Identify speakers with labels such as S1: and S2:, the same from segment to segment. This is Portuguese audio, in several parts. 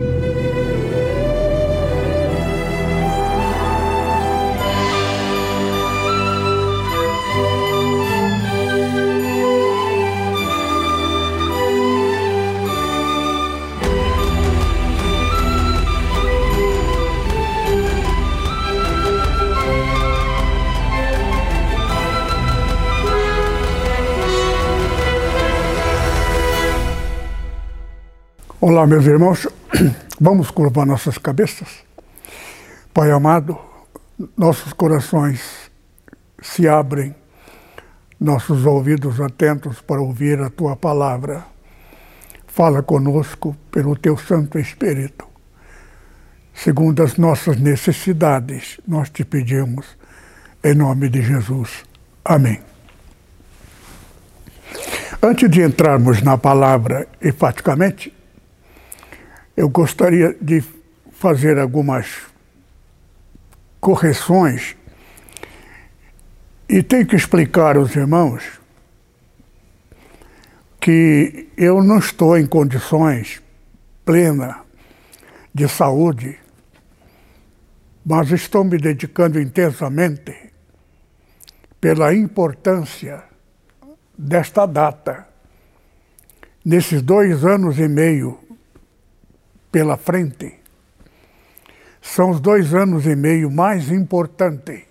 S1: Olá, meus irmãos, vamos curvar nossas cabeças. Pai amado, nossos corações se abrem, nossos ouvidos atentos para ouvir a Tua palavra. Fala conosco pelo Teu Santo Espírito. Segundo as nossas necessidades, nós te pedimos, em nome de Jesus. Amém. Antes de entrarmos na palavra enfaticamente, eu gostaria de fazer algumas correções e tenho que explicar aos irmãos que eu não estou em condições plenas de saúde, mas estou me dedicando intensamente pela importância desta data. Nesses 2 anos e meio pela frente, são os 2 anos e meio mais importantes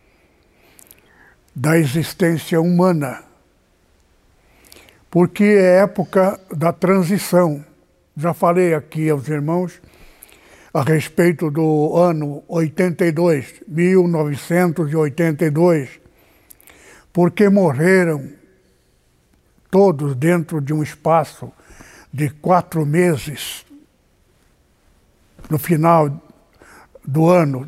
S1: da existência humana, porque é época da transição. Já falei aqui aos irmãos a respeito do ano 82, 1982, porque morreram todos dentro de um espaço de 4 meses. No final do ano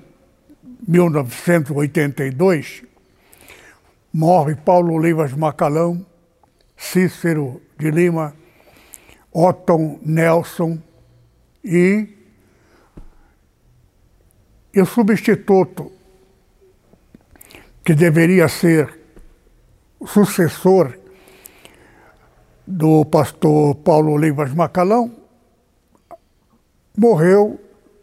S1: 1982, morre Paulo Olivas Macalão, Cícero de Lima, Otton Nelson e o substituto, que deveria ser o sucessor do pastor Paulo Olivas Macalão, morreu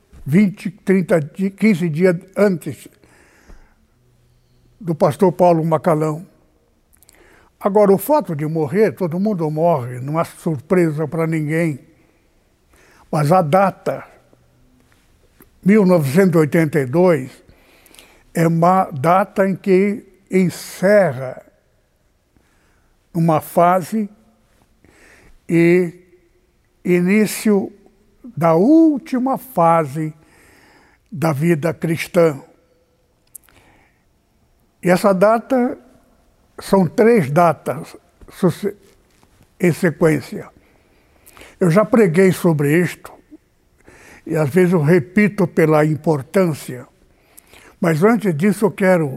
S1: 15 dias antes do pastor Paulo Macalão. Agora, o fato de morrer, todo mundo morre, não há surpresa para ninguém. Mas a data, 1982, é uma data em que encerra uma fase e início da última fase da vida cristã. E essa data, são 3 datas em sequência. Eu já preguei sobre isto, e às vezes eu repito pela importância, mas antes disso eu quero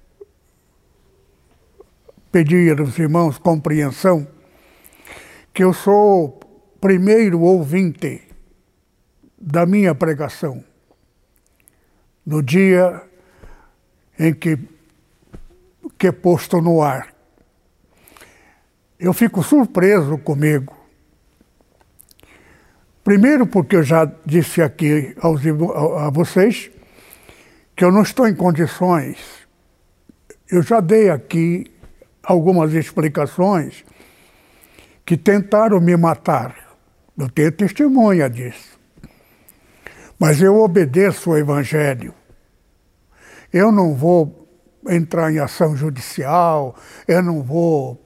S1: pedir aos irmãos compreensão, que eu sou o primeiro ouvinte da minha pregação, no dia em que é posto no ar. Eu fico surpreso comigo. Primeiro porque eu já disse aqui a vocês que eu não estou em condições. Eu já dei aqui algumas explicações que tentaram me matar. Eu tenho testemunha disso. Mas eu obedeço ao Evangelho. Eu não vou entrar em ação judicial, eu não vou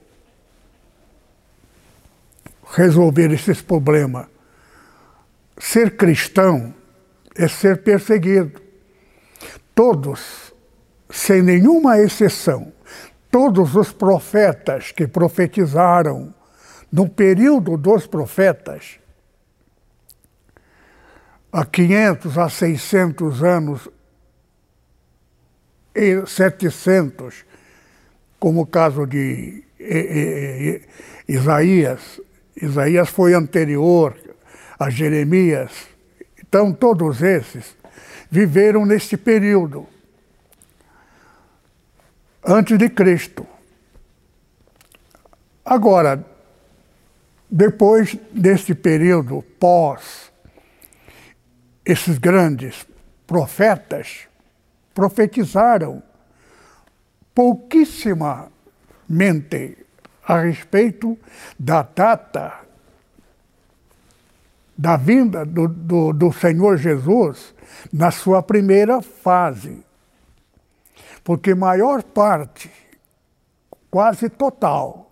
S1: resolver esses problemas. Ser cristão é ser perseguido. Todos, sem nenhuma exceção, todos os profetas que profetizaram no período dos profetas, há 500 a 600 anos e 700, como o caso de Isaías. Isaías foi anterior a Jeremias. Então, todos esses viveram neste período, antes de Cristo. Agora, depois deste período pós, esses grandes profetas profetizaram pouquissimamente a respeito da data da vinda do Senhor Jesus na sua primeira fase. Porque maior parte, quase total,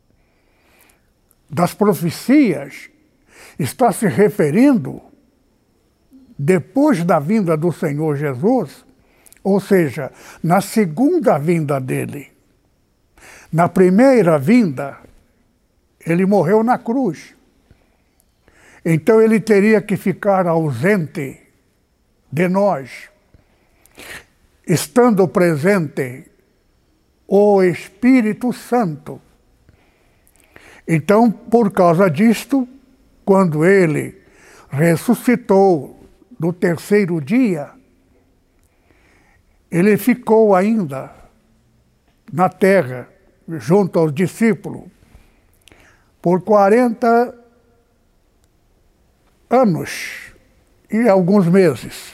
S1: das profecias está se referindo depois da vinda do Senhor Jesus, ou seja, na segunda vinda dele. Na primeira vinda, ele morreu na cruz. Então ele teria que ficar ausente de nós, estando presente o Espírito Santo. Então, por causa disto, quando ele ressuscitou no terceiro dia, ele ficou ainda na terra, junto aos discípulos, por 40 anos e alguns meses.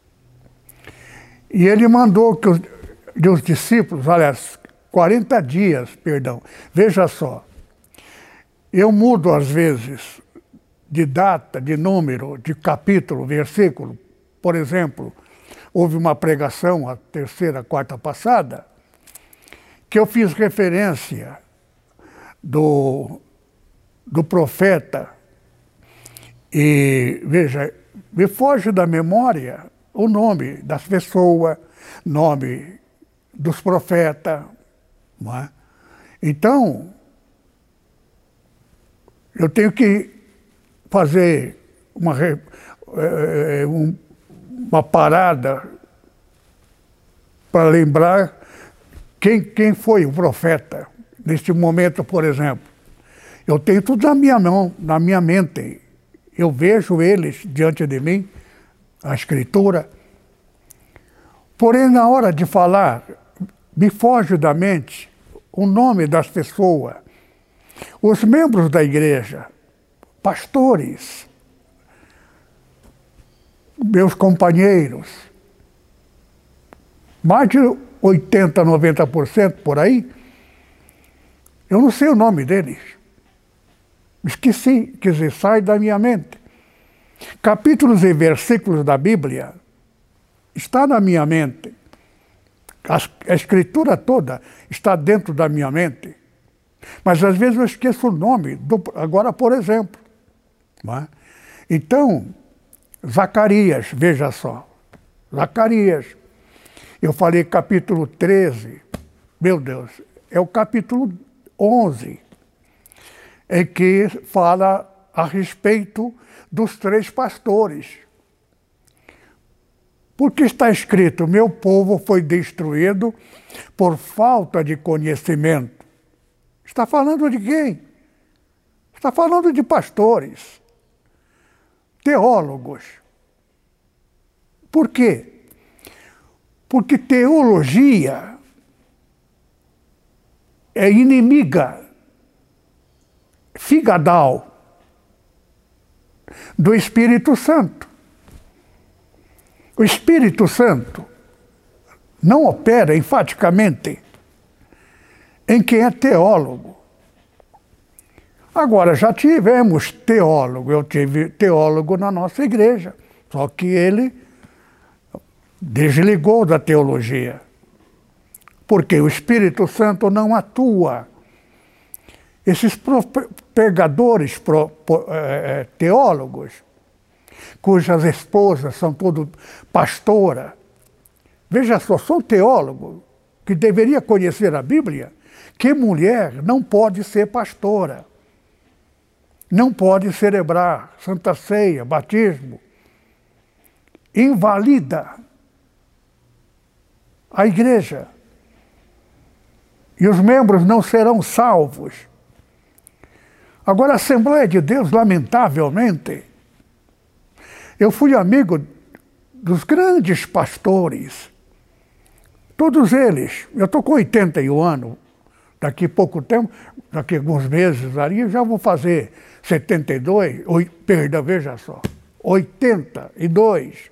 S1: E ele mandou que os discípulos, aliás, 40 dias, perdão, veja só, eu mudo às vezes de data, de número, de capítulo, versículo. Por exemplo, houve uma pregação, a terceira, quarta passada, que eu fiz referência do profeta, e veja, me foge da memória o nome das pessoas, nome dos profetas, não é? Então, eu tenho que fazer uma parada para lembrar quem foi o profeta neste momento, por exemplo. Eu tenho tudo na minha mão, na minha mente. Eu vejo eles diante de mim, a Escritura. Porém, na hora de falar, me foge da mente o nome das pessoas. Os membros da igreja, pastores, meus companheiros, mais de 80%, 90% por aí, eu não sei o nome deles. Esqueci, quer dizer, sai da minha mente. Capítulos e versículos da Bíblia está na minha mente. A Escritura toda está dentro da minha mente. Mas às vezes eu esqueço o nome. Agora, por exemplo. Não é? Então, Zacarias, veja só. Zacarias. Eu falei capítulo 13. Meu Deus, é o capítulo 11. Em que fala a respeito dos 3 pastores. Porque está escrito, meu povo foi destruído por falta de conhecimento. Está falando de quem? Está falando de pastores, teólogos. Por quê? Porque teologia é inimiga, figadal, do Espírito Santo. O Espírito Santo não opera enfaticamente em quem é teólogo. Agora, já tivemos teólogo, eu tive teólogo na nossa igreja, só que ele desligou da teologia. Porque o Espírito Santo não atua. Esses pregadores, teólogos, cujas esposas são todas pastoras, veja só, sou teólogo que deveria conhecer a Bíblia, que mulher não pode ser pastora, não pode celebrar Santa Ceia, batismo, invalida a igreja. E os membros não serão salvos. Agora, a Assembleia de Deus, lamentavelmente, eu fui amigo dos grandes pastores, todos eles. Eu estou com 81 anos, daqui a pouco tempo, daqui a alguns meses ali, eu já vou fazer 72, perdão, veja só, 82.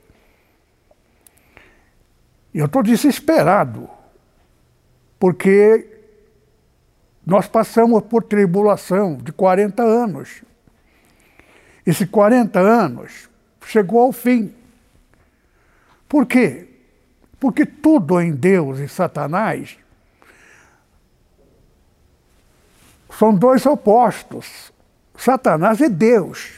S1: E eu estou desesperado, porque nós passamos por tribulação de 40 anos. Esses 40 anos chegou ao fim. Por quê? Porque tudo em Deus e Satanás são dois opostos. Satanás é Deus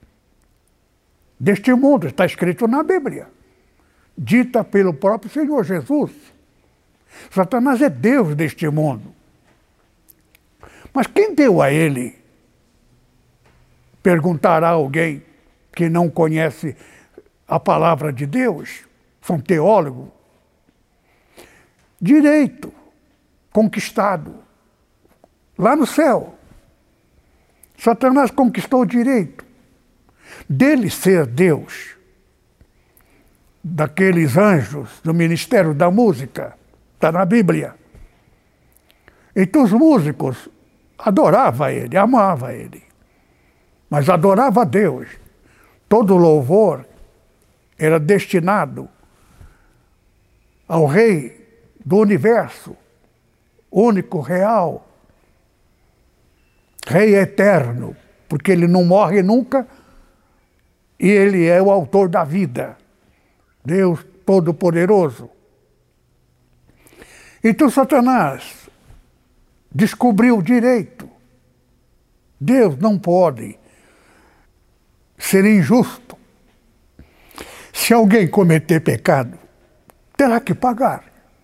S1: deste mundo, está escrito na Bíblia, dita pelo próprio Senhor Jesus. Satanás é Deus deste mundo. Mas quem deu a ele? Perguntará alguém que não conhece a palavra de Deus, são teólogos. Direito conquistado lá no céu. Satanás conquistou o direito dele ser Deus, daqueles anjos do ministério da música, está na Bíblia. Então os músicos adoravam ele, amavam ele, mas adoravam a Deus. Todo louvor era destinado ao Rei do universo, único, real, Rei eterno, porque ele não morre nunca e ele é o autor da vida, Deus Todo-Poderoso. Então Satanás descobriu o direito. Deus não pode ser injusto. Se alguém cometer pecado, terá que pagar.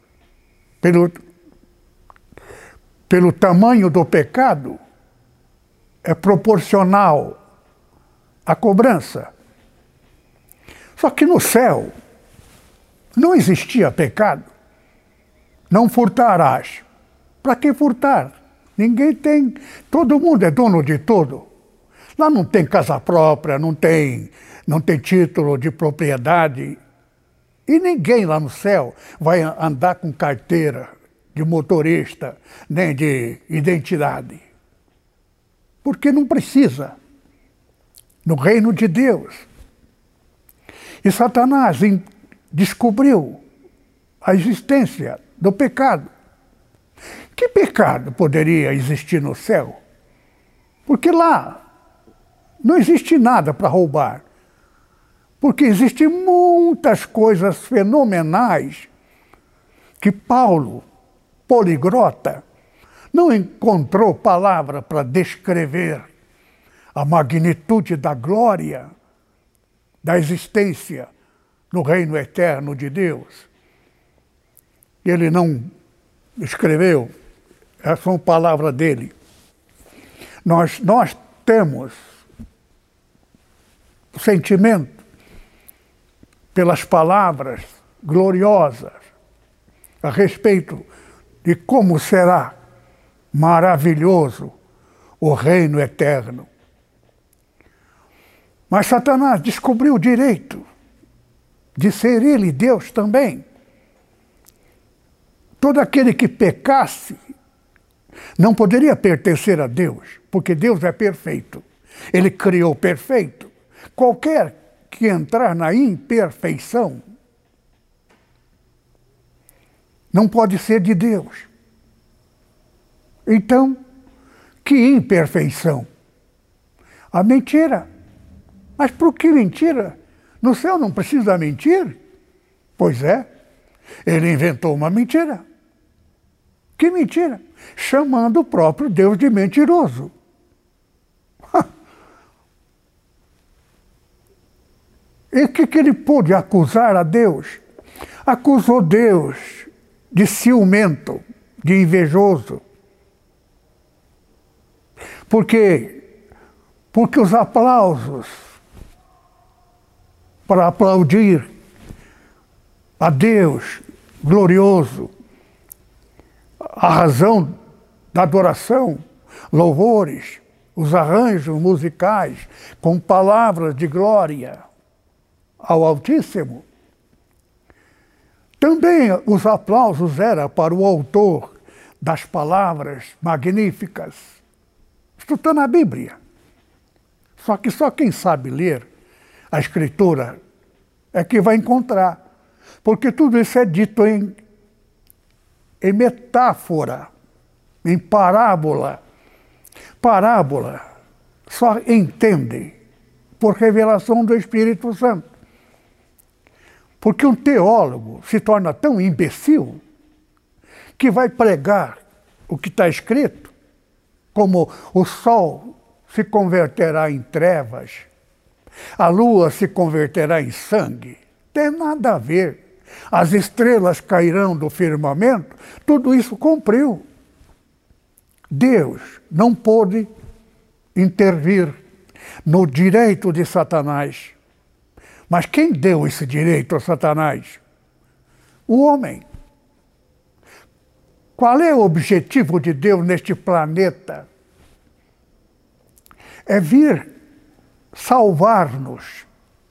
S1: Pelo tamanho do pecado, é proporcional à cobrança. Só que no céu não existia pecado. Não furtarás. Para que furtar? Ninguém tem, todo mundo é dono de tudo. Lá não tem casa própria, não tem título de propriedade. E ninguém lá no céu vai andar com carteira de motorista, nem de identidade. Porque não precisa. No reino de Deus. E Satanás descobriu a existência do pecado. Que pecado poderia existir no céu? Porque lá não existe nada para roubar. Porque existem muitas coisas fenomenais que Paulo, poliglota, não encontrou palavra para descrever a magnitude da glória, da existência no reino eterno de Deus. Ele não escreveu, são palavras dele. Nós temos sentimento pelas palavras gloriosas a respeito de como será maravilhoso o reino eterno. Mas Satanás descobriu o direito de ser ele Deus também. Todo aquele que pecasse não poderia pertencer a Deus, porque Deus é perfeito. Ele criou perfeito. Qualquer que entrar na imperfeição não pode ser de Deus. Então, que imperfeição? A mentira. Mas por que mentira? No céu não precisa mentir? Pois é, ele inventou uma mentira. Que mentira? Chamando o próprio Deus de mentiroso. E o que ele pôde acusar a Deus? Acusou Deus de ciumento, de invejoso. Porque os aplausos para aplaudir a Deus glorioso, a razão da adoração, louvores, os arranjos musicais com palavras de glória ao Altíssimo. Também os aplausos eram para o autor das palavras magníficas. Isso está na Bíblia. Só que só quem sabe ler a Escritura, é que vai encontrar. Porque tudo isso é dito em metáfora, em parábola. Parábola só entende por revelação do Espírito Santo. Porque um teólogo se torna tão imbecil que vai pregar o que está escrito, como o sol se converterá em trevas, a lua se converterá em sangue. Tem nada a ver. As estrelas cairão do firmamento, tudo isso cumpriu. Deus não pôde intervir no direito de Satanás. Mas quem deu esse direito a Satanás? O homem. Qual é o objetivo de Deus neste planeta? É vir salvar-nos,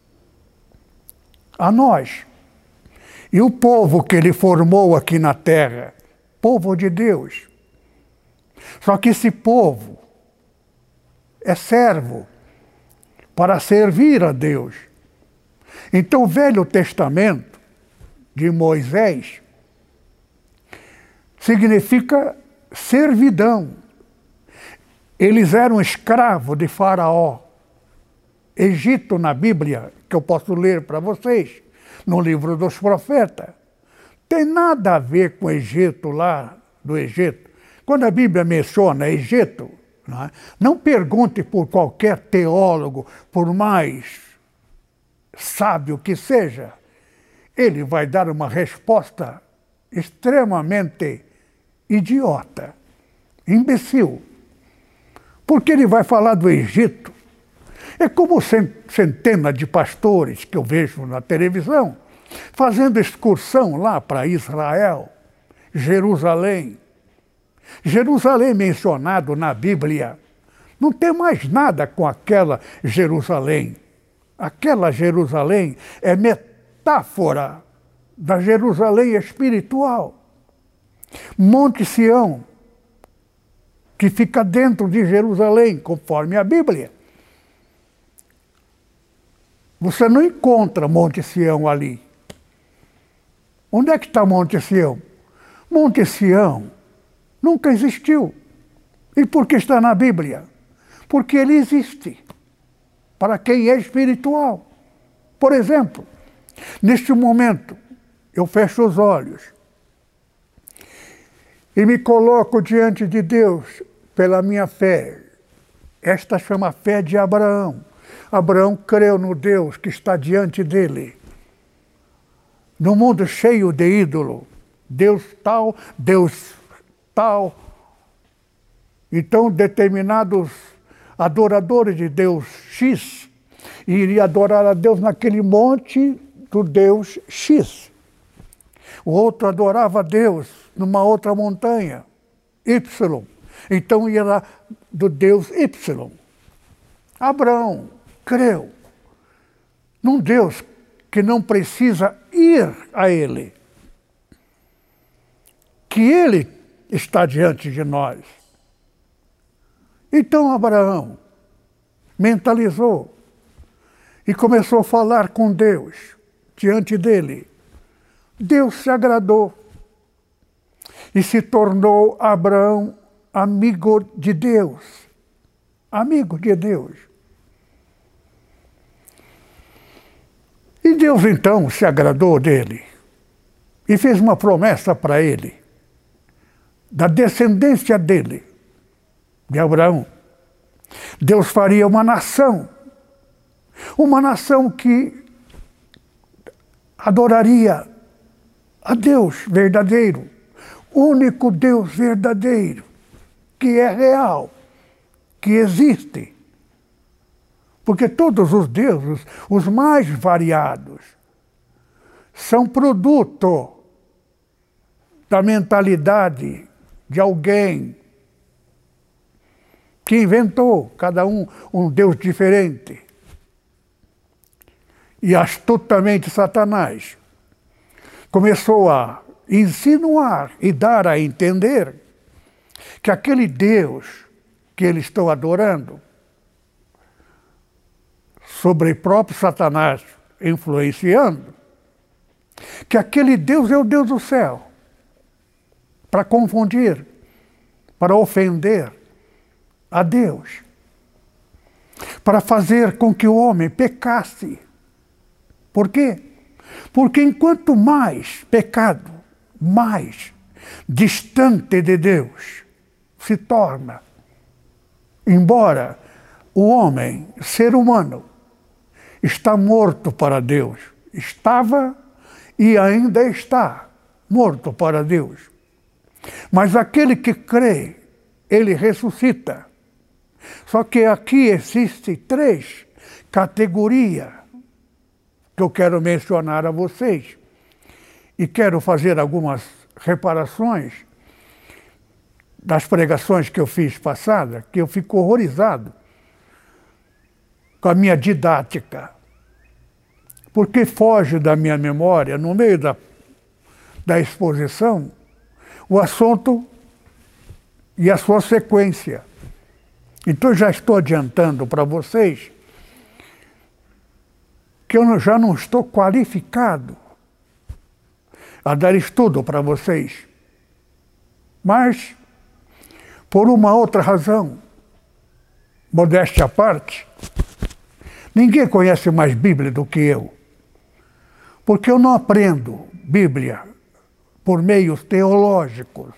S1: a nós. E o povo que ele formou aqui na terra, povo de Deus. Só que esse povo é servo para servir a Deus. Então o Velho Testamento de Moisés significa servidão. Eles eram escravos de Faraó. Egito, na Bíblia, que eu posso ler para vocês, no livro dos profetas, tem nada a ver com o Egito lá, do Egito. Quando a Bíblia menciona Egito, não pergunte por qualquer teólogo, por mais sábio que seja, ele vai dar uma resposta extremamente idiota, imbecil. Porque ele vai falar do Egito. É como centenas de pastores que eu vejo na televisão fazendo excursão lá para Israel, Jerusalém. Jerusalém mencionado na Bíblia. Não tem mais nada com aquela Jerusalém. Aquela Jerusalém é metáfora da Jerusalém espiritual. Monte Sião, que fica dentro de Jerusalém, conforme a Bíblia. Você não encontra Monte Sião ali. Onde é que está Monte Sião? Monte Sião nunca existiu. E por que está na Bíblia? Porque ele existe para quem é espiritual. Por exemplo, neste momento, eu fecho os olhos e me coloco diante de Deus pela minha fé. Esta chama fé de Abraão. Abraão creu no Deus que está diante dele. No mundo cheio de ídolo, Deus tal, Deus tal. Então, determinados adoradores de Deus X iriam adorar a Deus naquele monte do Deus X. O outro adorava a Deus numa outra montanha, Y. Então ia lá do Deus Y. Abraão creu num Deus que não precisa ir a ele, que ele está diante de nós. Então Abraão mentalizou e começou a falar com Deus diante dele. Deus se agradou e se tornou Abraão amigo de Deus. Amigo de Deus. E Deus então se agradou dele e fez uma promessa para ele, da descendência dele, de Abraão. Deus faria uma nação que adoraria a Deus verdadeiro, único Deus verdadeiro, que é real, que existe. Porque todos os deuses, os mais variados, são produto da mentalidade de alguém que inventou, cada um Deus diferente. E astutamente Satanás começou a insinuar e dar a entender que aquele Deus que eles estão adorando sobre o próprio Satanás influenciando, que aquele Deus é o Deus do céu, para confundir, para ofender a Deus, para fazer com que o homem pecasse. Por quê? Porque enquanto mais pecado, mais distante de Deus se torna. Embora o homem, ser humano, está morto para Deus, estava e ainda está morto para Deus. Mas aquele que crê, ele ressuscita. Só que aqui existem 3 categorias que eu quero mencionar a vocês. E quero fazer algumas reparações das pregações que eu fiz passada, que eu fico horrorizado com a minha didática. Porque foge da minha memória, no meio da exposição, o assunto e a sua sequência. Então, já estou adiantando para vocês que eu já não estou qualificado a dar estudo para vocês. Mas, por uma outra razão, modéstia à parte, ninguém conhece mais Bíblia do que eu. Porque eu não aprendo Bíblia por meios teológicos.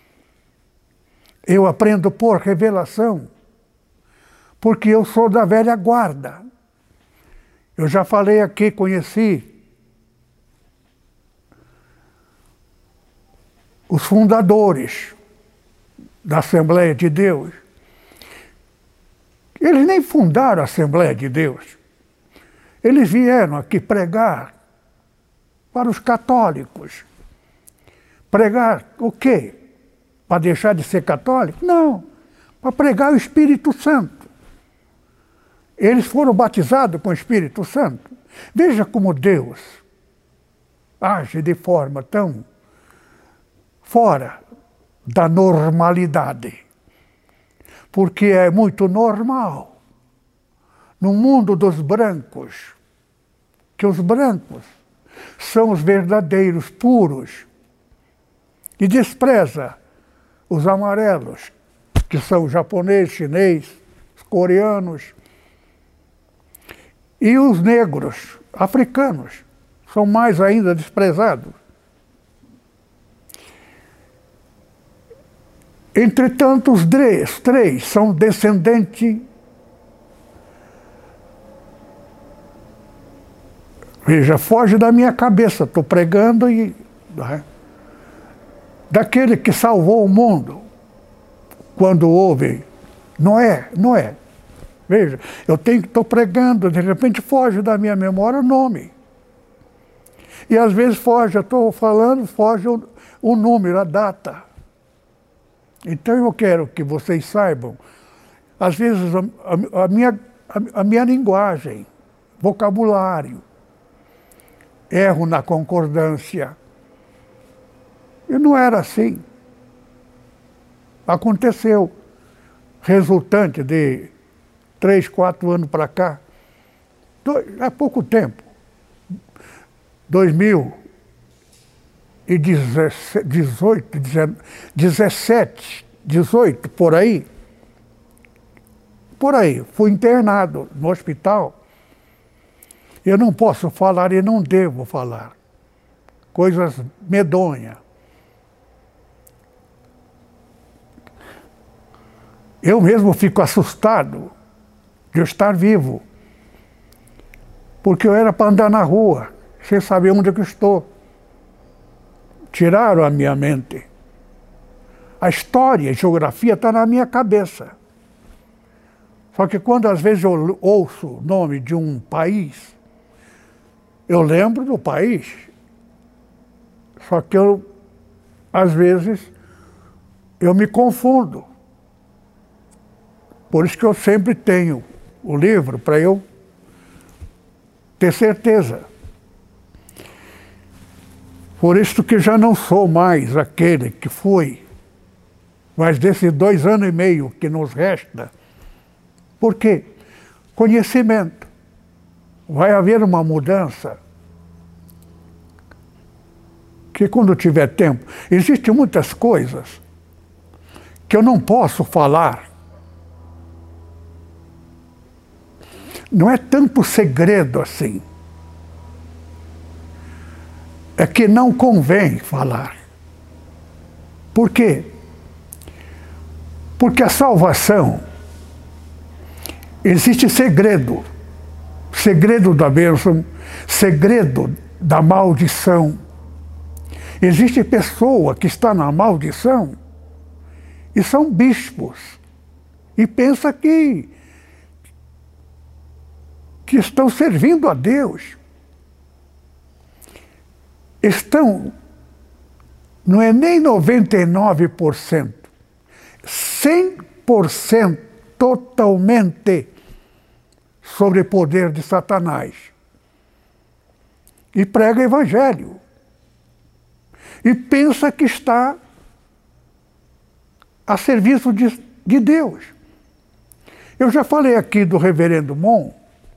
S1: Eu aprendo por revelação. Porque eu sou da velha guarda. Eu já falei aqui, conheci os fundadores da Assembleia de Deus. Eles nem fundaram a Assembleia de Deus. Eles vieram aqui pregar para os católicos. Pregar o quê? Para deixar de ser católico? Não, para pregar o Espírito Santo. Eles foram batizados com o Espírito Santo. Veja como Deus age de forma tão fora da normalidade. Porque é muito normal no mundo dos brancos, que os brancos são os verdadeiros, puros, e despreza os amarelos, que são os japoneses, chineses, os coreanos, e os negros, africanos, são mais ainda desprezados. Entretanto, os 3 são descendentes. Veja, foge da minha cabeça, estou pregando e... daquele que salvou o mundo, quando houve Noé. Veja, estou pregando, de repente foge da minha memória o nome. E às vezes foge, eu estou falando, foge o número, a data. Então eu quero que vocês saibam, às vezes a minha linguagem, vocabulário, erro na concordância. E não era assim. Aconteceu, resultante de 3, 4 anos para cá, há pouco tempo, 2018, por aí, fui internado no hospital. Eu não posso falar e não devo falar coisas medonhas. Eu mesmo fico assustado de eu estar vivo, porque eu era para andar na rua, sem saber onde eu estou. Tiraram a minha mente. A história, a geografia está na minha cabeça. Só que quando às vezes eu ouço o nome de um país, eu lembro do país. Só que às vezes, eu me confundo. Por isso que eu sempre tenho o livro para eu ter certeza. Por isso que já não sou mais aquele que fui. Mas desses 2 anos e meio que nos resta, por quê? Conhecimento. vai haver uma mudança que quando tiver tempo, existem muitas coisas que eu não posso falar. Não é tanto segredo assim. É que não convém falar. Por quê? Porque a salvação existe segredo. Segredo da bênção, segredo da maldição. Existe pessoa que está na maldição e são bispos e pensa que estão servindo a Deus. Estão, não é nem 99%, 100% totalmente sobre o poder de Satanás. E prega evangelho. E pensa que está a serviço de Deus. Eu já falei aqui do Reverendo Mon.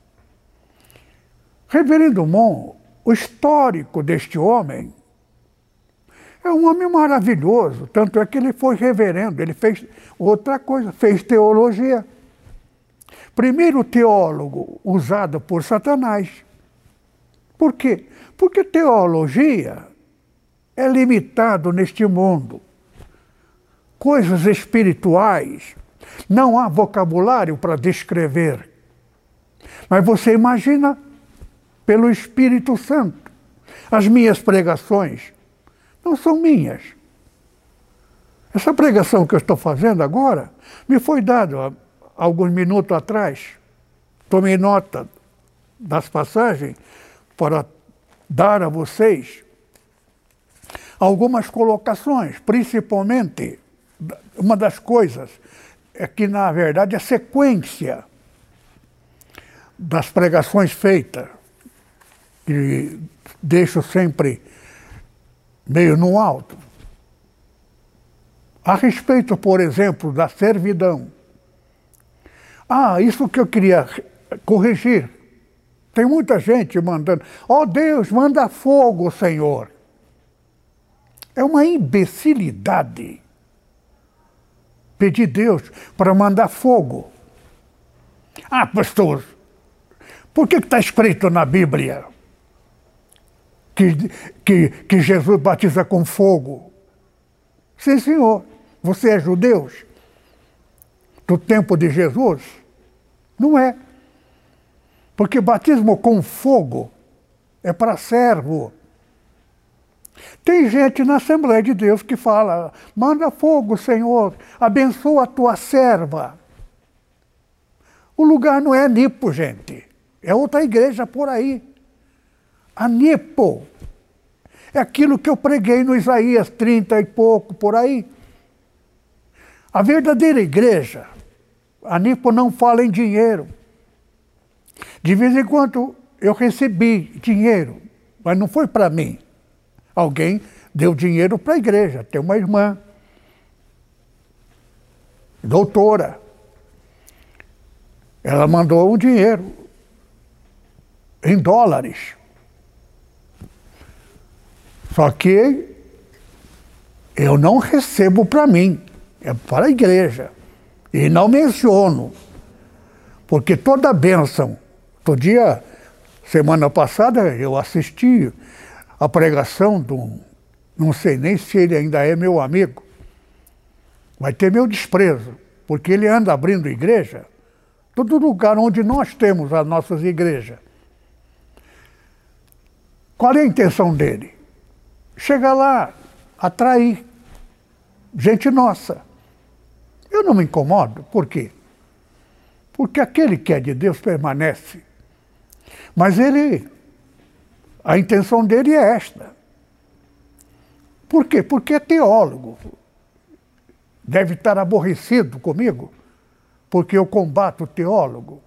S1: Reverendo Mon, o histórico deste homem, é um homem maravilhoso. Tanto é que ele foi reverendo, ele fez outra coisa, fez teologia. Primeiro teólogo usado por Satanás. Por quê? Porque teologia é limitado neste mundo. Coisas espirituais, não há vocabulário para descrever. Mas você imagina pelo Espírito Santo. As minhas pregações não são minhas. Essa pregação que eu estou fazendo agora me foi dada alguns minutos atrás. Tomei nota das passagens para dar a vocês algumas colocações, principalmente uma das coisas é que, na verdade, a sequência das pregações feitas, que deixo sempre meio no alto, a respeito, por exemplo, da servidão. Isso que eu queria corrigir. Tem muita gente mandando, ó Deus, manda fogo, Senhor. É uma imbecilidade pedir Deus para mandar fogo. Pastor, por que está escrito na Bíblia que Jesus batiza com fogo? Sim, senhor. Você é judeu? Do tempo de Jesus? Não é. Porque batismo com fogo é para servo. Tem gente na Assembleia de Deus que fala, manda fogo, Senhor, abençoa a tua serva. O lugar não é Nipo, gente. É outra igreja por aí. A Nipo é aquilo que eu preguei no Isaías 30 e pouco, por aí. A verdadeira igreja, a Nipo não fala em dinheiro. De vez em quando eu recebi dinheiro, mas não foi para mim. Alguém deu dinheiro para a igreja. Tem uma irmã, doutora. Ela mandou um dinheiro em dólares. Só que eu não recebo para mim, é para a igreja. E não menciono, porque toda bênção. Outro dia, semana passada, eu assisti a pregação de não sei nem se ele ainda é meu amigo, vai ter meu desprezo, porque ele anda abrindo igreja, todo lugar onde nós temos as nossas igrejas. Qual é a intenção dele? Chega lá, atrair gente nossa. Eu não me incomodo, por quê? Porque aquele que é de Deus permanece. Mas a intenção dele é esta. Por quê? Porque é teólogo. Deve estar aborrecido comigo, porque eu combato o teólogo.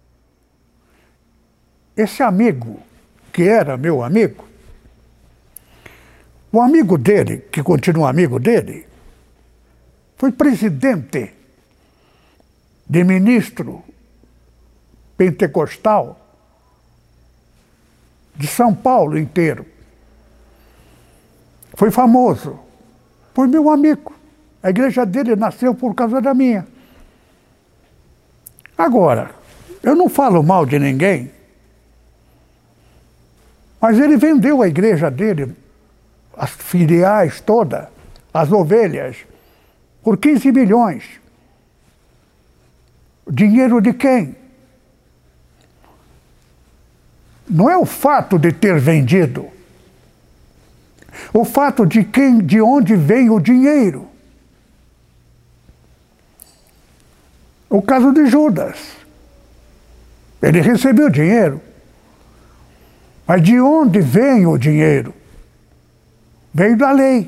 S1: Esse amigo, que era meu amigo, o amigo dele, que continua amigo dele, foi presidente de ministro pentecostal de São Paulo inteiro. Foi famoso. Foi meu amigo. A igreja dele nasceu por causa da minha. Agora, eu não falo mal de ninguém, mas ele vendeu a igreja dele, as filiais todas, as ovelhas, por 15 milhões. Dinheiro de quem? Não é o fato de ter vendido. O fato de onde vem o dinheiro. O caso de Judas. Ele recebeu dinheiro. Mas de onde vem o dinheiro? Veio da lei.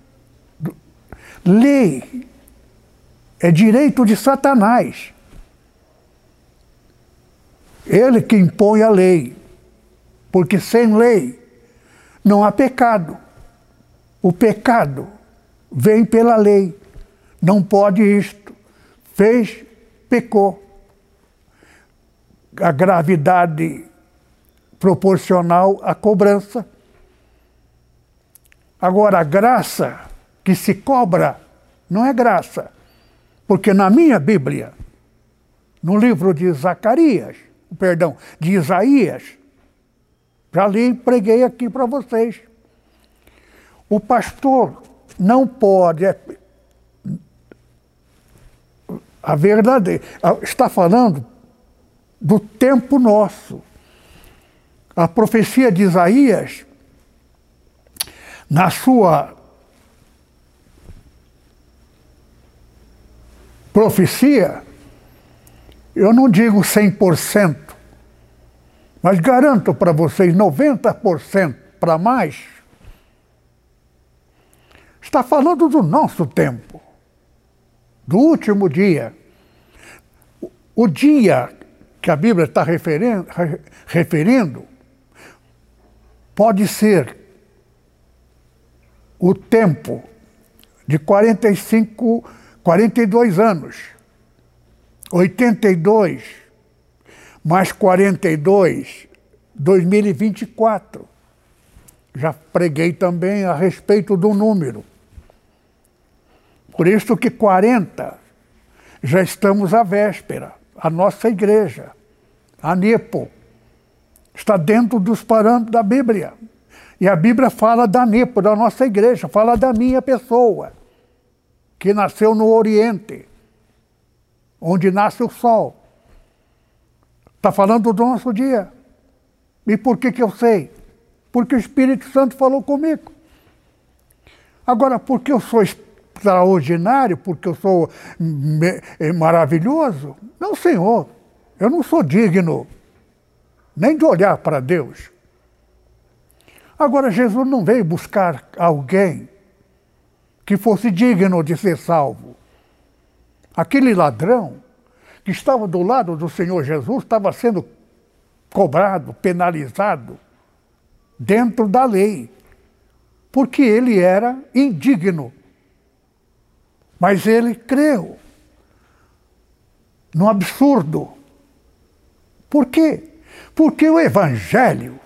S1: Lei é direito de Satanás. Ele que impõe a lei. Porque sem lei não há pecado. O pecado vem pela lei. Não pode isto. Fez, pecou. A gravidade proporcional à cobrança. Agora, a graça que se cobra não é graça. Porque na minha Bíblia, no livro de de Isaías, já li e preguei aqui para vocês. O pastor não pode... A verdade está falando do tempo nosso. A profecia de Isaías, na sua profecia, eu não digo 100%, mas garanto para vocês 90% para mais, está falando do nosso tempo, do último dia. O dia que a Bíblia está referindo pode ser o tempo de 42 anos, 82, mais 42, 2024. Já preguei também a respeito do número. Por isso que 40, já estamos à véspera. A nossa igreja, a NEPO, está dentro dos parâmetros da Bíblia. E a Bíblia fala da NEPO, da nossa igreja, fala da minha pessoa, que nasceu no Oriente, onde nasce o sol. Está falando do nosso dia. E por que eu sei? Porque o Espírito Santo falou comigo. Agora, porque eu sou extraordinário, porque eu sou maravilhoso? Não, Senhor. Eu não sou digno nem de olhar para Deus. Agora, Jesus não veio buscar alguém que fosse digno de ser salvo. Aquele ladrão que estava do lado do Senhor Jesus estava sendo cobrado, penalizado, dentro da lei, porque ele era indigno. Mas ele creu no absurdo. Por quê? Porque o Evangelho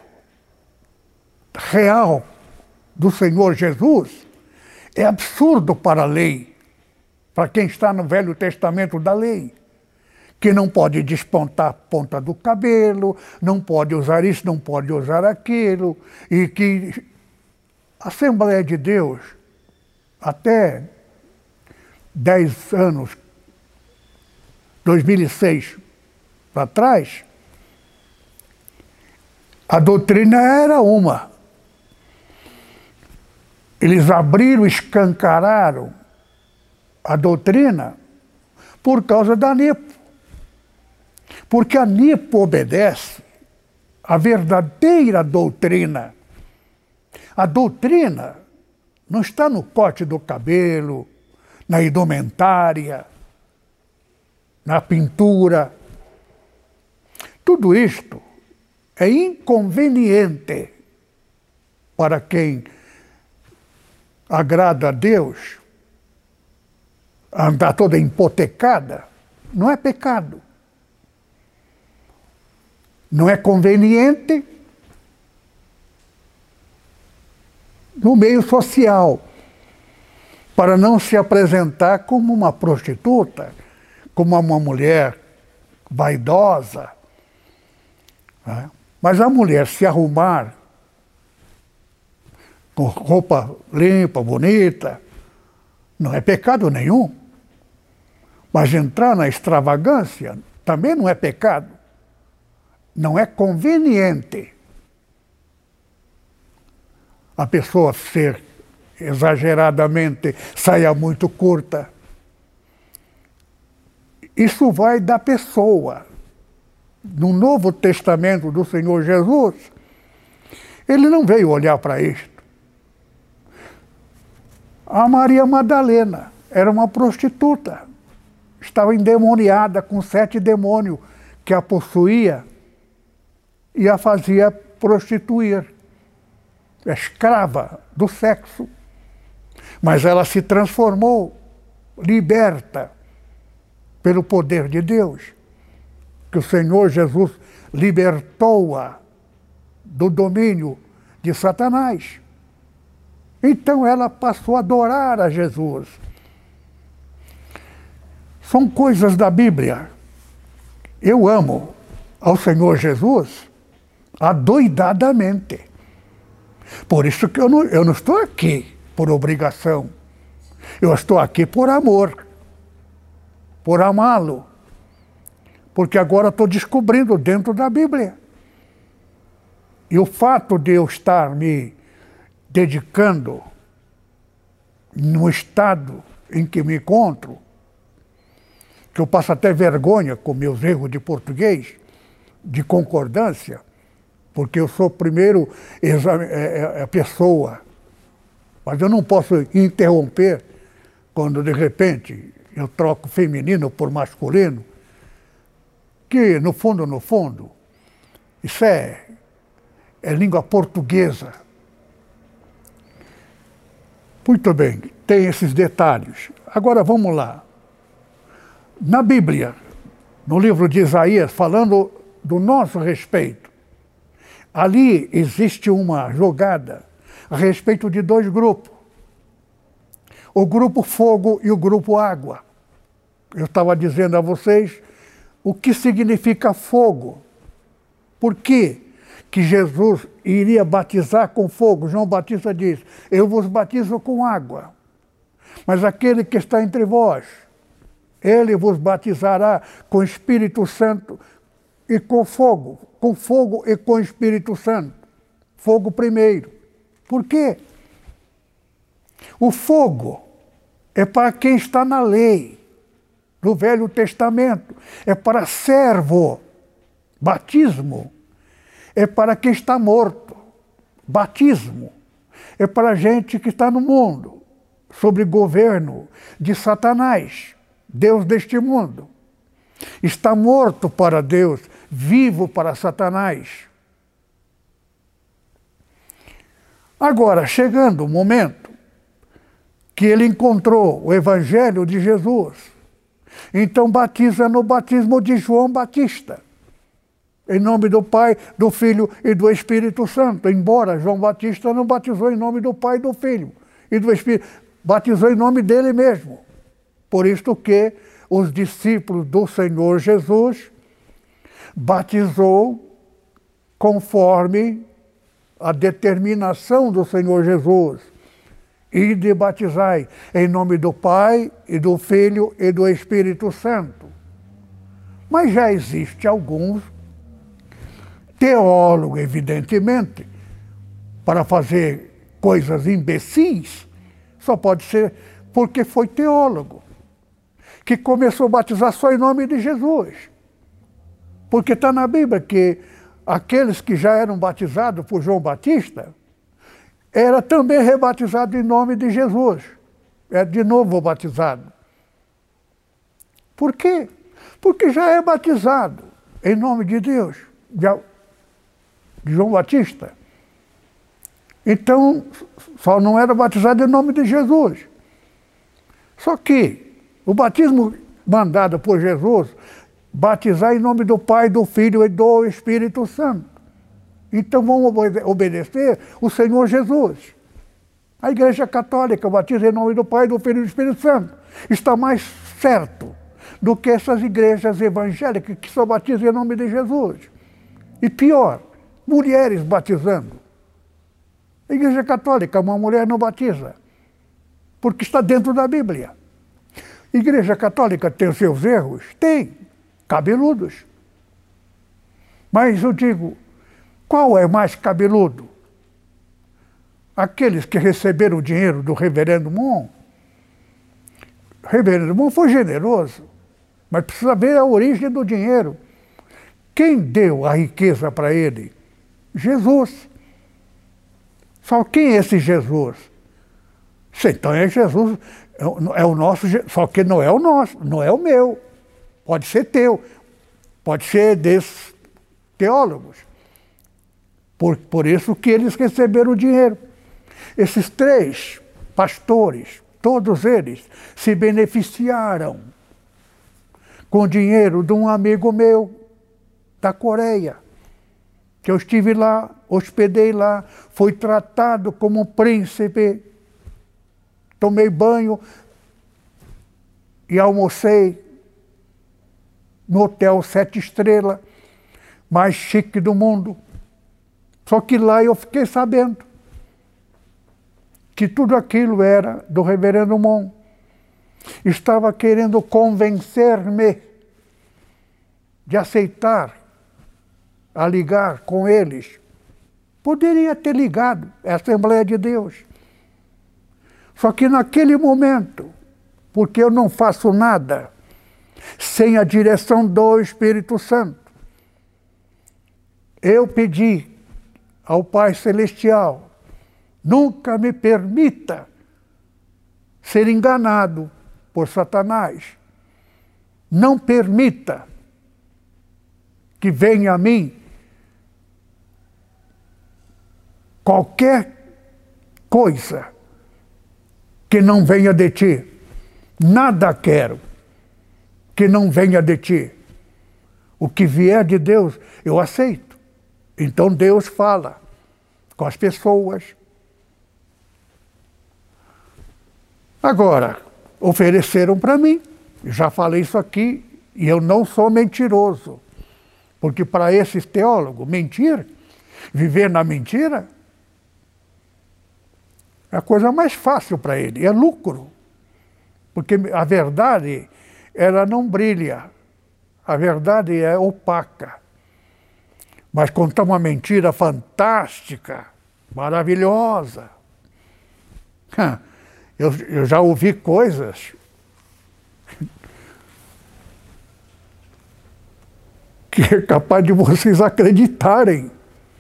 S1: real do Senhor Jesus é absurdo para a lei, para quem está no Velho Testamento da lei, que não pode despontar a ponta do cabelo, não pode usar isso, não pode usar aquilo, e que a Assembleia de Deus, até 10 anos, 2006 para trás, a doutrina era uma. Eles abriram, escancararam a doutrina por causa da NEPO. Porque a NEPO obedece à verdadeira doutrina. A doutrina não está no corte do cabelo, na indumentária, na pintura. Tudo isto é inconveniente para quem agrada a Deus. Andar toda hipotecada não é pecado. Não é conveniente, no meio social, para não se apresentar como uma prostituta, como uma mulher vaidosa, né? Mas a mulher se arrumar com roupa limpa, bonita, não é pecado nenhum. Mas entrar na extravagância também não é pecado. Não é conveniente a pessoa ser exageradamente, saia muito curta. Isso vai da pessoa. No Novo Testamento do Senhor Jesus, ele não veio olhar para isto. A Maria Madalena era uma prostituta. Estava endemoniada com 7 demônios que a possuía e a fazia prostituir. Escrava do sexo. Mas ela se transformou, liberta pelo poder de Deus, que o Senhor Jesus libertou-a do domínio de Satanás. Então ela passou a adorar a Jesus. São coisas da Bíblia. Eu amo ao Senhor Jesus adoidadamente. Por isso que eu não estou aqui por obrigação. Eu estou aqui por amor, por amá-lo. Porque agora estou descobrindo dentro da Bíblia. E o fato de eu estar me dedicando no estado em que me encontro, que eu passo até vergonha com meus erros de português, de concordância, porque eu sou primeiro a pessoa, mas eu não posso interromper quando de repente eu troco feminino por masculino, que no fundo, isso é língua portuguesa. Muito bem, tem esses detalhes. Agora vamos lá. Na Bíblia, no livro de Isaías, falando do nosso respeito, ali existe uma jogada a respeito de 2 grupos. O grupo fogo e o grupo água. Eu estava dizendo a vocês o que significa fogo. Por quê que Jesus iria batizar com fogo? João Batista diz, eu vos batizo com água, mas aquele que está entre vós, ele vos batizará com Espírito Santo e com fogo e com Espírito Santo. Fogo primeiro. Por quê? O fogo é para quem está na lei, no Velho Testamento, é para servo. Batismo é para quem está morto. Batismo é para a gente que está no mundo, sob governo de Satanás, Deus deste mundo. Está morto para Deus, vivo para Satanás. Agora, chegando o momento que ele encontrou o Evangelho de Jesus, então batiza no batismo de João Batista. Em nome do Pai, do Filho e do Espírito Santo. Embora João Batista não batizou em nome do Pai, do Filho e do Espírito, batizou em nome dele mesmo. Por isso que os discípulos do Senhor Jesus batizou conforme a determinação do Senhor Jesus. E de batizai em nome do Pai e do Filho e do Espírito Santo. Mas já existe alguns teólogo, evidentemente, para fazer coisas imbecis, só pode ser porque foi teólogo, que começou a batizar só em nome de Jesus. Porque está na Bíblia que aqueles que já eram batizados por João Batista, era também rebatizado em nome de Jesus. É de novo batizado. Por quê? Porque já é batizado em nome de Deus. De João Batista. Então, só não era batizado em nome de Jesus. Só que o batismo mandado por Jesus, batizar em nome do Pai, do Filho e do Espírito Santo. Então vamos obedecer o Senhor Jesus. A Igreja Católica batiza em nome do Pai, do Filho e do Espírito Santo. Está mais certo do que essas igrejas evangélicas que só batizam em nome de Jesus. E pior, mulheres batizando. A Igreja Católica, uma mulher não batiza, porque está dentro da Bíblia. A Igreja Católica tem os seus erros? Tem, cabeludos. Mas eu digo, qual é mais cabeludo? Aqueles que receberam o dinheiro do reverendo Mon? O reverendo Mon foi generoso, mas precisa ver a origem do dinheiro. Quem deu a riqueza para ele? Jesus. Só quem é esse Jesus? Então é Jesus, é o nosso, só que não é o nosso, não é o meu. Pode ser teu, pode ser desses teólogos. Por isso que eles receberam o dinheiro. Esses 3 pastores, todos eles, se beneficiaram com o dinheiro de um amigo meu da Coreia, que eu estive lá, hospedei lá, fui tratado como um príncipe, tomei banho e almocei no hotel 7 estrelas, mais chique do mundo. Só que lá eu fiquei sabendo que tudo aquilo era do reverendo Mon. Estava querendo convencer-me de aceitar a ligar com eles. Poderia ter ligado à Assembleia de Deus. Só que naquele momento, porque eu não faço nada sem a direção do Espírito Santo, eu pedi ao Pai Celestial, nunca me permita ser enganado por Satanás. Não permita que venha a mim qualquer coisa que não venha de ti. Nada quero que não venha de ti. O que vier de Deus, eu aceito. Então Deus fala com as pessoas. Agora, ofereceram para mim, já falei isso aqui, e eu não sou mentiroso. Porque para esses teólogos, mentir, viver na mentira, é a coisa mais fácil para ele, é lucro. Porque a verdade, ela não brilha. A verdade é opaca. Mas contar uma mentira fantástica, maravilhosa. Eu já ouvi coisas que é capaz de vocês acreditarem.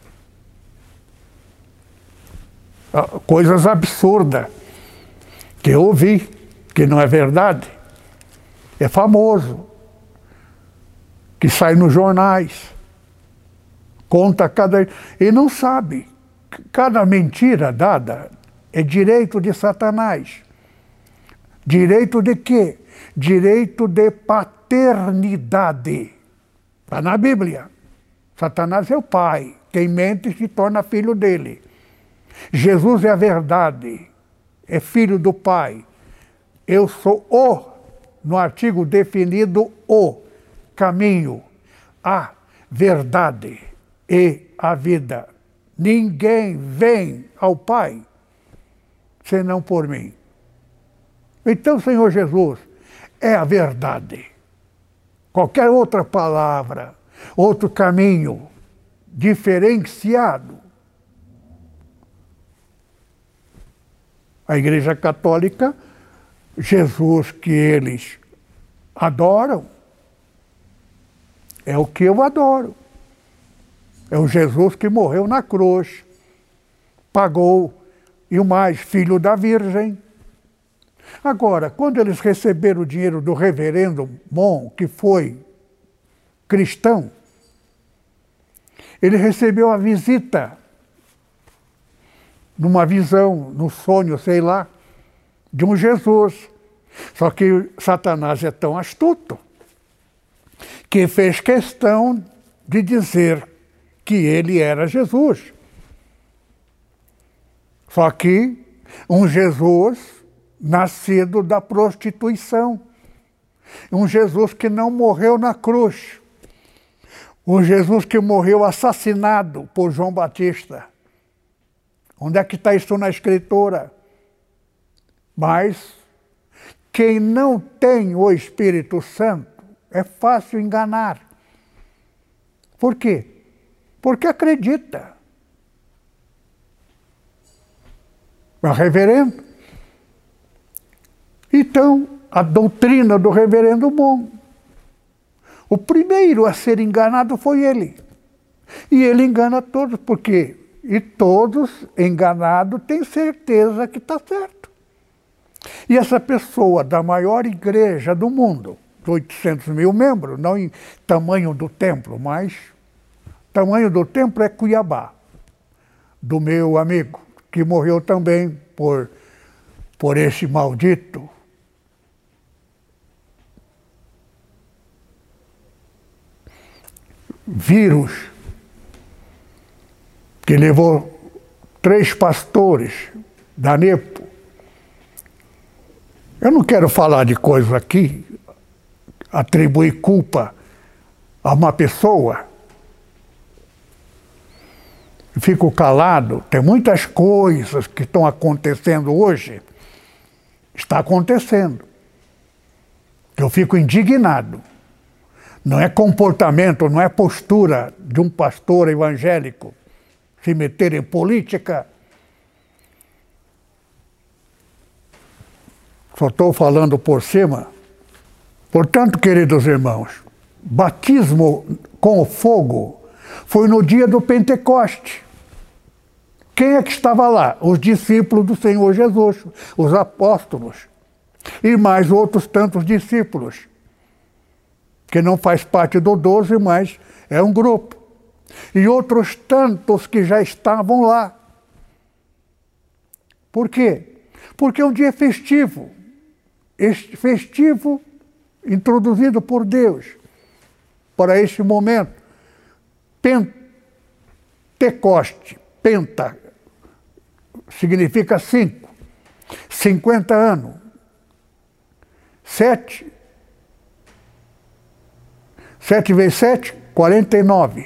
S1: Coisas absurdas que eu ouvi, que não é verdade. É famoso, que sai nos jornais, conta cada... E não sabe, cada mentira dada é direito de Satanás. Direito de quê? Direito de paternidade. Está na Bíblia. Satanás é o pai. Quem mente se torna filho dele. Jesus é a verdade. É filho do Pai. Eu sou no artigo definido, o caminho, a verdade e a vida. Ninguém vem ao Pai senão por mim. Então, Senhor Jesus é a verdade. Qualquer outra palavra, outro caminho diferenciado, a Igreja Católica, Jesus que eles adoram, é o que eu adoro. É o Jesus que morreu na cruz, pagou, e o mais, filho da Virgem. Agora, quando eles receberam o dinheiro do reverendo Mon, que foi cristão, ele recebeu a visita, numa visão, no sonho, sei lá, de um Jesus. Só que Satanás é tão astuto que fez questão de dizer que ele era Jesus. Só que Um Jesus nascido da prostituição. Um Jesus que não morreu na cruz. Um Jesus que morreu assassinado por João Batista. Onde é que está isso na Escritura? Mas quem não tem o Espírito Santo é fácil enganar. Por quê? Porque acredita. É reverendo. Então, a doutrina do reverendo bom. O primeiro a ser enganado foi ele. E ele engana todos, por quê? E todos enganados têm certeza que está certo. E essa pessoa da maior igreja do mundo, de 800 mil membros, não em tamanho do templo, mas tamanho do templo é Cuiabá, do meu amigo, que morreu também por esse maldito vírus que levou 3 pastores da Nepo. Eu não quero falar de coisa aqui, atribuir culpa a uma pessoa. Fico calado. Tem muitas coisas que estão acontecendo hoje. Está acontecendo. Eu fico indignado. Não é comportamento, não é postura de um pastor evangélico se meter em política. Só estou falando por cima. Portanto, queridos irmãos, batismo com o fogo foi no dia do Pentecoste. Quem é que estava lá? Os discípulos do Senhor Jesus, os apóstolos, e mais outros tantos discípulos, que não faz parte do 12, mas é um grupo. E outros tantos que já estavam lá. Por quê? Porque é um dia festivo. Este festivo introduzido por Deus para este momento. Pentecoste, penta, significa 5. 50 anos. 7 vezes 7, 49.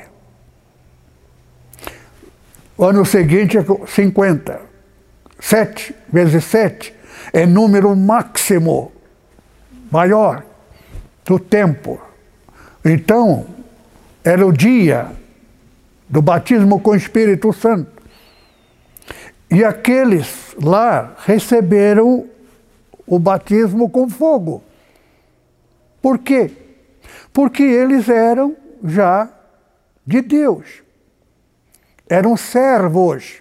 S1: O ano seguinte é 50. 7 vezes 7 é número máximo, maior, do tempo. Então, era o dia do batismo com o Espírito Santo. E aqueles lá receberam o batismo com fogo. Por quê? Porque eles eram já de Deus. Eram servos.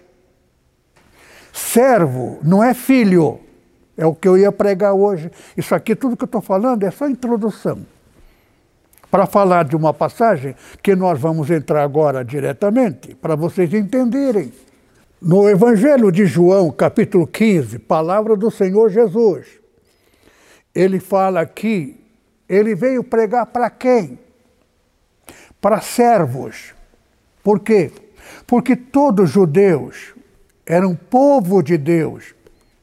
S1: Servo não é filho. É o que eu ia pregar hoje. Isso aqui, tudo que eu estou falando, é só introdução. Para falar de uma passagem que nós vamos entrar agora diretamente, para vocês entenderem. No Evangelho de João, capítulo 15, palavra do Senhor Jesus, ele fala aqui, ele veio pregar para quem? Para servos. Por quê? Porque todos os judeus eram povo de Deus.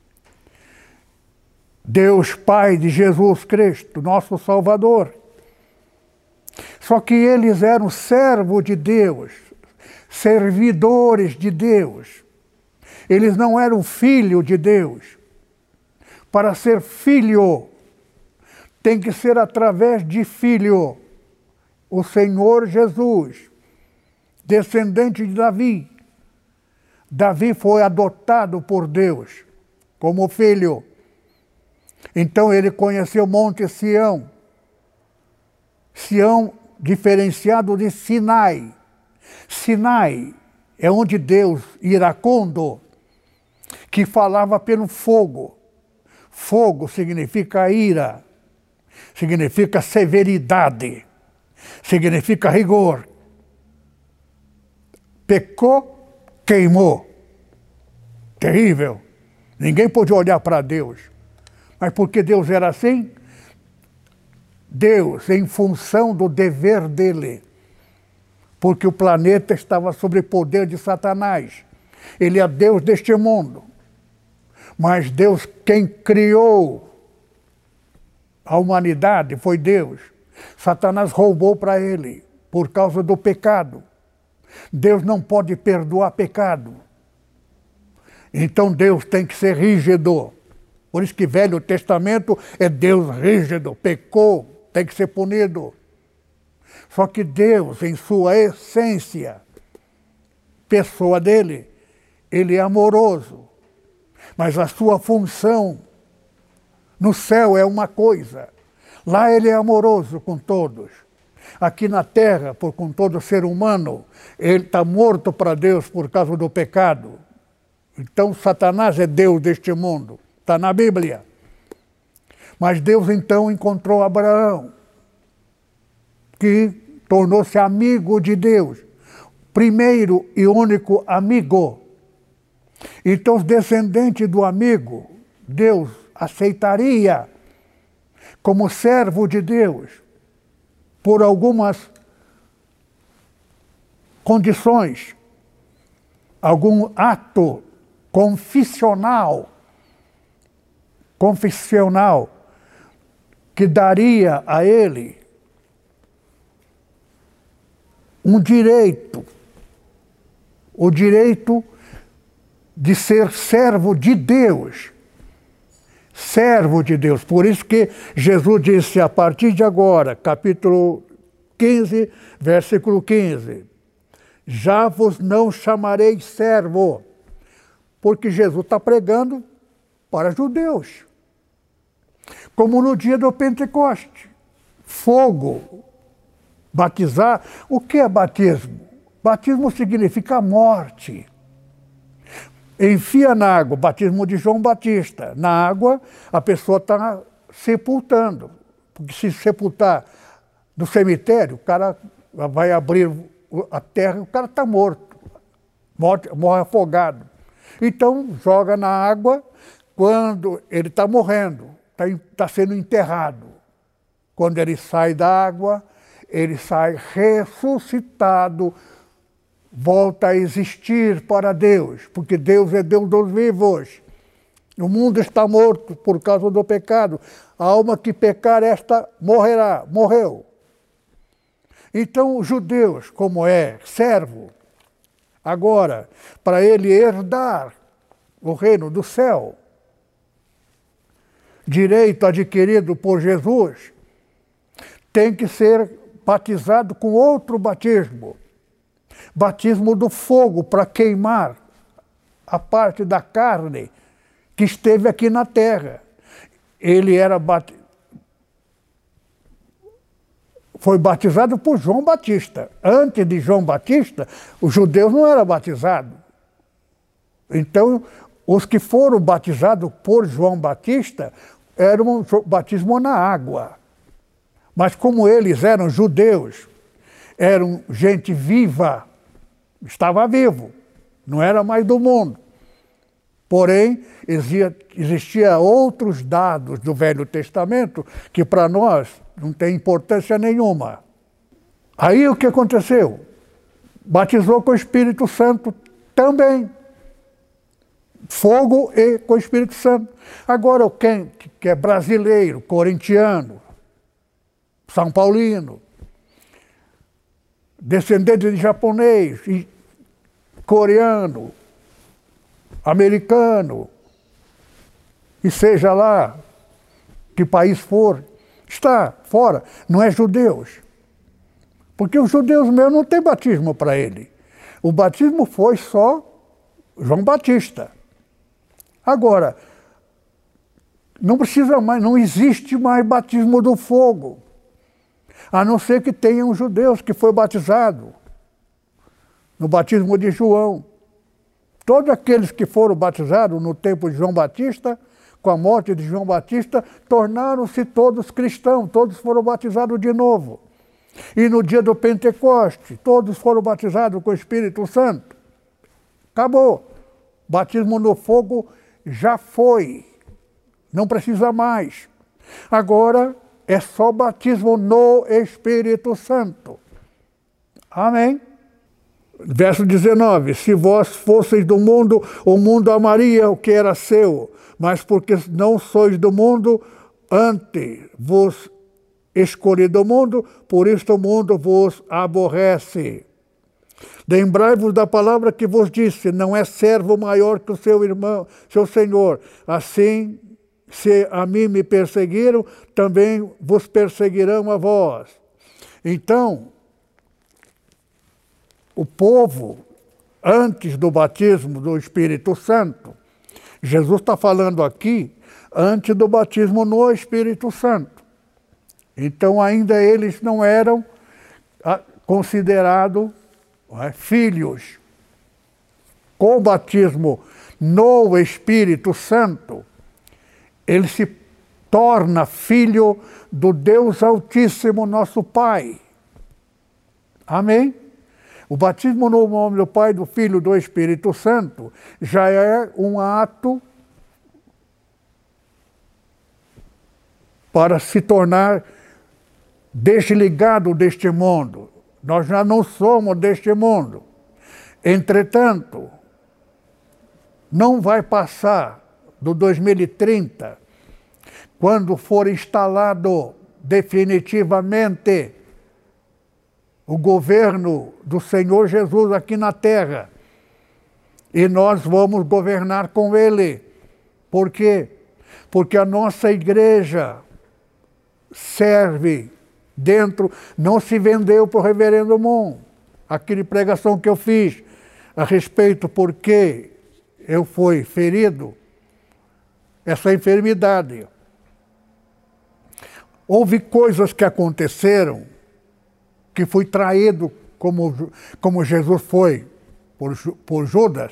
S1: Deus Pai de Jesus Cristo, nosso Salvador. Só que eles eram servos de Deus, servidores de Deus. Eles não eram filho de Deus. Para ser filho, tem que ser através de filho. O Senhor Jesus, descendente de Davi. Davi foi adotado por Deus como filho. Então ele conheceu o Monte Sião. Sião diferenciado de Sinai. Sinai é onde Deus, iracundo, que falava pelo fogo. Fogo significa ira, significa severidade, significa rigor. Pecou, queimou. Terrível. Ninguém pôde olhar para Deus. Mas porque Deus era assim? Deus, em função do dever dele, porque o planeta estava sob o poder de Satanás. Ele é Deus deste mundo. Mas Deus, quem criou a humanidade foi Deus. Satanás roubou para ele por causa do pecado. Deus não pode perdoar pecado. Então Deus tem que ser rígido. Por isso que Velho Testamento é Deus rígido, pecou, tem que ser punido. Só que Deus, em sua essência, pessoa dele, ele é amoroso. Mas a sua função no céu é uma coisa. Lá ele é amoroso com todos. Aqui na terra, com todo ser humano, ele está morto para Deus por causa do pecado. Então Satanás é Deus deste mundo. Está na Bíblia. Mas Deus então encontrou Abraão, que tornou-se amigo de Deus. Primeiro e único amigo. Então os descendentes do amigo, Deus aceitaria como servo de Deus por algumas condições, algum ato confissional que daria a ele um direito, o direito de ser servo de Deus. Servo de Deus. Por isso que Jesus disse, a partir de agora, capítulo 15, versículo 15, já vos não chamarei servo, porque Jesus está pregando para judeus. Como no dia do Pentecoste. Fogo. Batizar. O que é batismo? Batismo significa morte. Enfia na água, batismo de João Batista. Na água, a pessoa está sepultando. Porque se sepultar no cemitério, o cara vai abrir a terra e o cara está morto. Morre afogado. Então, joga na água quando ele está morrendo, está sendo enterrado. Quando ele sai da água, ele sai ressuscitado, volta a existir para Deus, porque Deus é Deus dos vivos. O mundo está morto por causa do pecado. A alma que pecar, esta morrerá, morreu. Então, os judeus, como é servo, agora, para ele herdar o reino do céu, direito adquirido por Jesus, tem que ser batizado com outro batismo. Batismo do fogo, para queimar a parte da carne que esteve aqui na terra. Ele foi batizado por João Batista. Antes de João Batista, os judeus não eram batizados. Então, os que foram batizados por João Batista era um batismo na água. Mas como eles eram judeus, eram gente viva, estava vivo, não era mais do mundo. Porém, existia outros dados do Velho Testamento que para nós não tem importância nenhuma. Aí o que aconteceu? Batizou com o Espírito Santo também. Fogo e com o Espírito Santo. Agora, quem que é brasileiro, corintiano, São Paulino, descendente de japonês, coreano, americano, e seja lá que país for, está fora, não é judeus. Porque os judeus mesmo não têm batismo para ele. O batismo foi só João Batista. Agora, não precisa mais, não existe mais batismo do fogo. A não ser que tenham judeus que foi batizado no batismo de João. Todos aqueles que foram batizados no tempo de João Batista, com a morte de João Batista, tornaram-se todos cristãos, todos foram batizados de novo. E no dia do Pentecoste, todos foram batizados com o Espírito Santo. Acabou. Batismo no fogo já foi. Não precisa mais. Agora é só batismo no Espírito Santo. Amém? Verso 19. Se vós fosseis do mundo, o mundo amaria o que era seu. mas porque não sois do mundo, antes vos escolhi do mundo, por isso o mundo vos aborrece. Lembrai-vos da palavra que vos disse, não é servo maior que o seu irmão, seu senhor. Assim, se a mim me perseguiram, também vos perseguirão a vós. Então, o povo, antes do batismo do Espírito Santo, Jesus está falando aqui, antes do batismo no Espírito Santo. Então, ainda eles não eram considerados filhos. Com o batismo no Espírito Santo, ele se torna filho do Deus Altíssimo, nosso Pai. Amém? O batismo no nome do Pai, do Filho e do Espírito Santo já é um ato para se tornar desligado deste mundo. Nós já não somos deste mundo. Entretanto, não vai passar do 2030, quando for instalado definitivamente o governo do Senhor Jesus aqui na terra. E nós vamos governar com Ele. Por quê? Porque a nossa igreja serve dentro, não se vendeu para o reverendo Mon. Aquela pregação que eu fiz a respeito porque eu fui ferido, essa enfermidade. Houve coisas que aconteceram que fui traído como Jesus foi por Judas,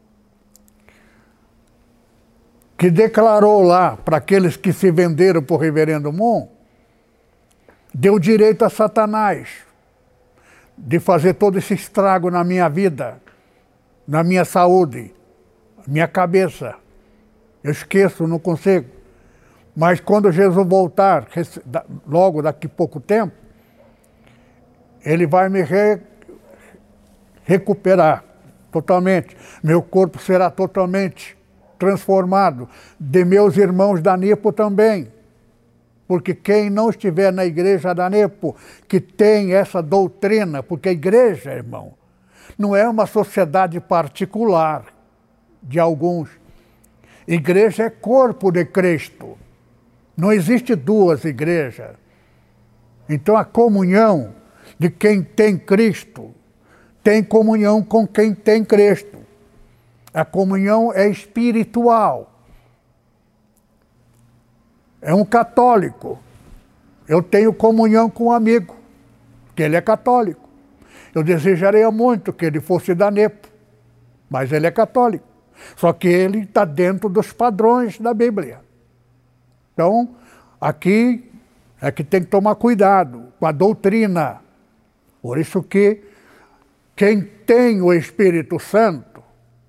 S1: que declarou lá para aqueles que se venderam por reverendo Mon, deu direito a Satanás de fazer todo esse estrago na minha vida, na minha saúde, na minha cabeça. Eu esqueço, não consigo. Mas quando Jesus voltar, logo daqui a pouco tempo, ele vai me recuperar totalmente. Meu corpo será totalmente transformado. De meus irmãos da Nepo também. Porque quem não estiver na igreja da Nepo, que tem essa doutrina, porque a igreja, irmão, não é uma sociedade particular de alguns. Igreja é corpo de Cristo. Não existe duas igrejas. Então a comunhão de quem tem Cristo tem comunhão com quem tem Cristo. A comunhão é espiritual. É um católico. Eu tenho comunhão com um amigo, que ele é católico. Eu desejaria muito que ele fosse da Nepo, mas ele é católico. Só que ele está dentro dos padrões da Bíblia. Então, aqui é que tem que tomar cuidado com a doutrina. Por isso que quem tem o Espírito Santo,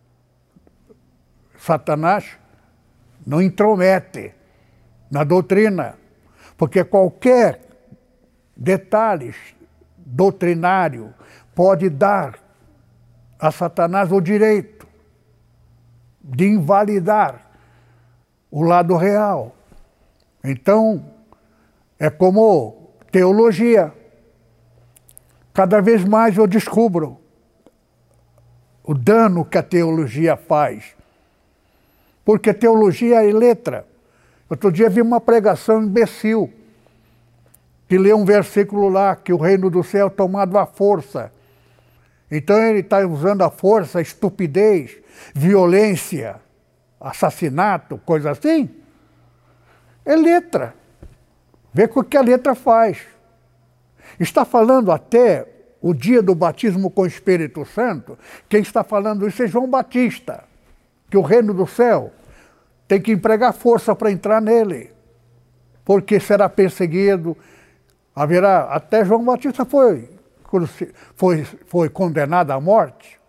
S1: Satanás, não intromete na doutrina, porque qualquer detalhe doutrinário pode dar a Satanás o direito de invalidar o lado real. Então, é como teologia. Cada vez mais eu descubro o dano que a teologia faz. Porque teologia é letra. Outro dia vi uma pregação imbecil, que lê um versículo lá, que o reino do céu é tomado à força. Então ele está usando a força, estupidez, violência, assassinato, coisa assim. É letra. Vê o que a letra faz. Está falando até o dia do batismo com o Espírito Santo. Quem está falando isso é João Batista, que o reino do céu tem que empregar força para entrar nele, porque será perseguido, haverá, até João Batista foi condenado à morte.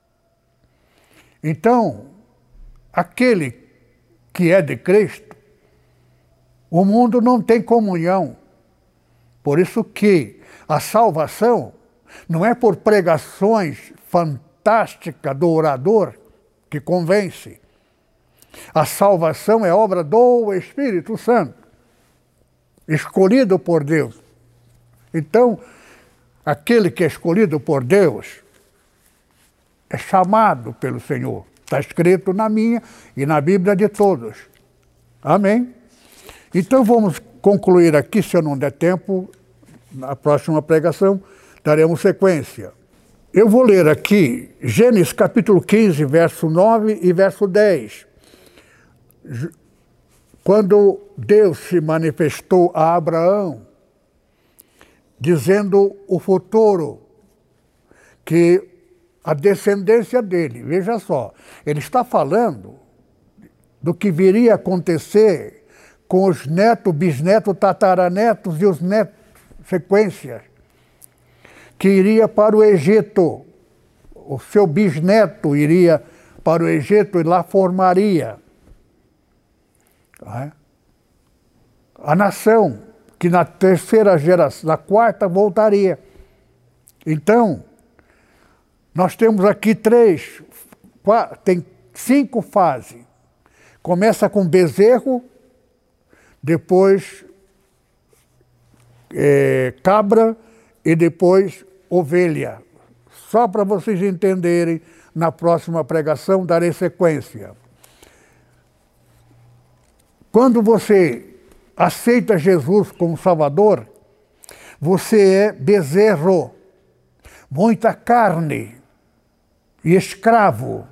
S1: Então, aquele que é de Cristo, o mundo não tem comunhão. Por isso que a salvação não é por pregações fantásticas do orador que convence. A salvação é obra do Espírito Santo, escolhido por Deus. Então, aquele que é escolhido por Deus é chamado pelo Senhor. Está escrito na minha e na Bíblia de todos. Amém? Então vamos concluir aqui, se eu não der tempo, na próxima pregação daremos sequência. Eu vou ler aqui Gênesis capítulo 15, verso 9 e verso 10. Quando Deus se manifestou a Abraão, dizendo o futuro, que a descendência dele, veja só, ele está falando do que viria a acontecer com os netos, bisnetos, tataranetos e os netos, sequências, que iria para o Egito. O seu bisneto iria para o Egito e lá formaria a nação, que na terceira geração, na quarta voltaria. Então, nós temos aqui tem 5 fases. Começa com bezerro, depois cabra e depois ovelha. Só para vocês entenderem, na próxima pregação darei sequência. Quando você aceita Jesus como Salvador, você é bezerro, muita carne e escravo.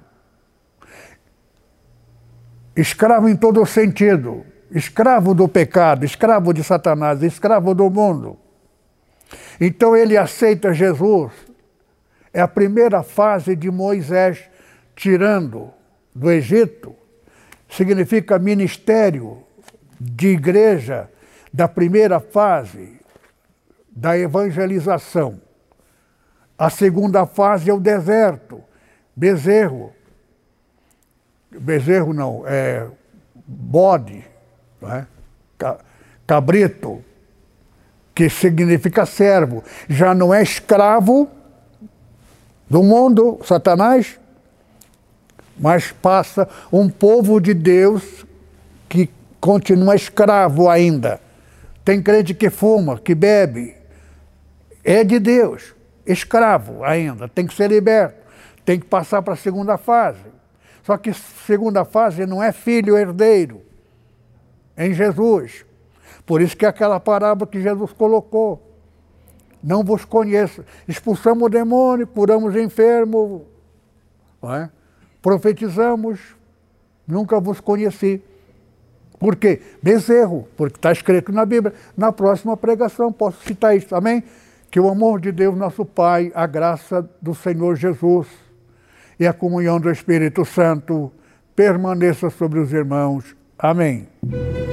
S1: Escravo em todo sentido. Escravo do pecado, escravo de Satanás, escravo do mundo. Então ele aceita Jesus. É a primeira fase de Moisés tirando do Egito. Significa ministério de igreja da primeira fase da evangelização. A segunda fase é o deserto, bezerro. Bezerro não, é bode, não é? Cabrito, que significa servo. Já não é escravo do mundo, Satanás, mas passa um povo de Deus que continua escravo ainda. Tem crente que fuma, que bebe. É de Deus, escravo ainda, tem que ser liberto, tem que passar para a segunda fase. Só que segunda fase não é filho herdeiro em Jesus. Por isso que é aquela parábola que Jesus colocou. Não vos conheço. Expulsamos o demônio, curamos o enfermo, não é? Profetizamos, nunca vos conheci. Por quê? Bezerro, porque está escrito na Bíblia. Na próxima pregação posso citar isso, amém? Que o amor de Deus, nosso Pai, a graça do Senhor Jesus e a comunhão do Espírito Santo permaneça sobre os irmãos. Amém.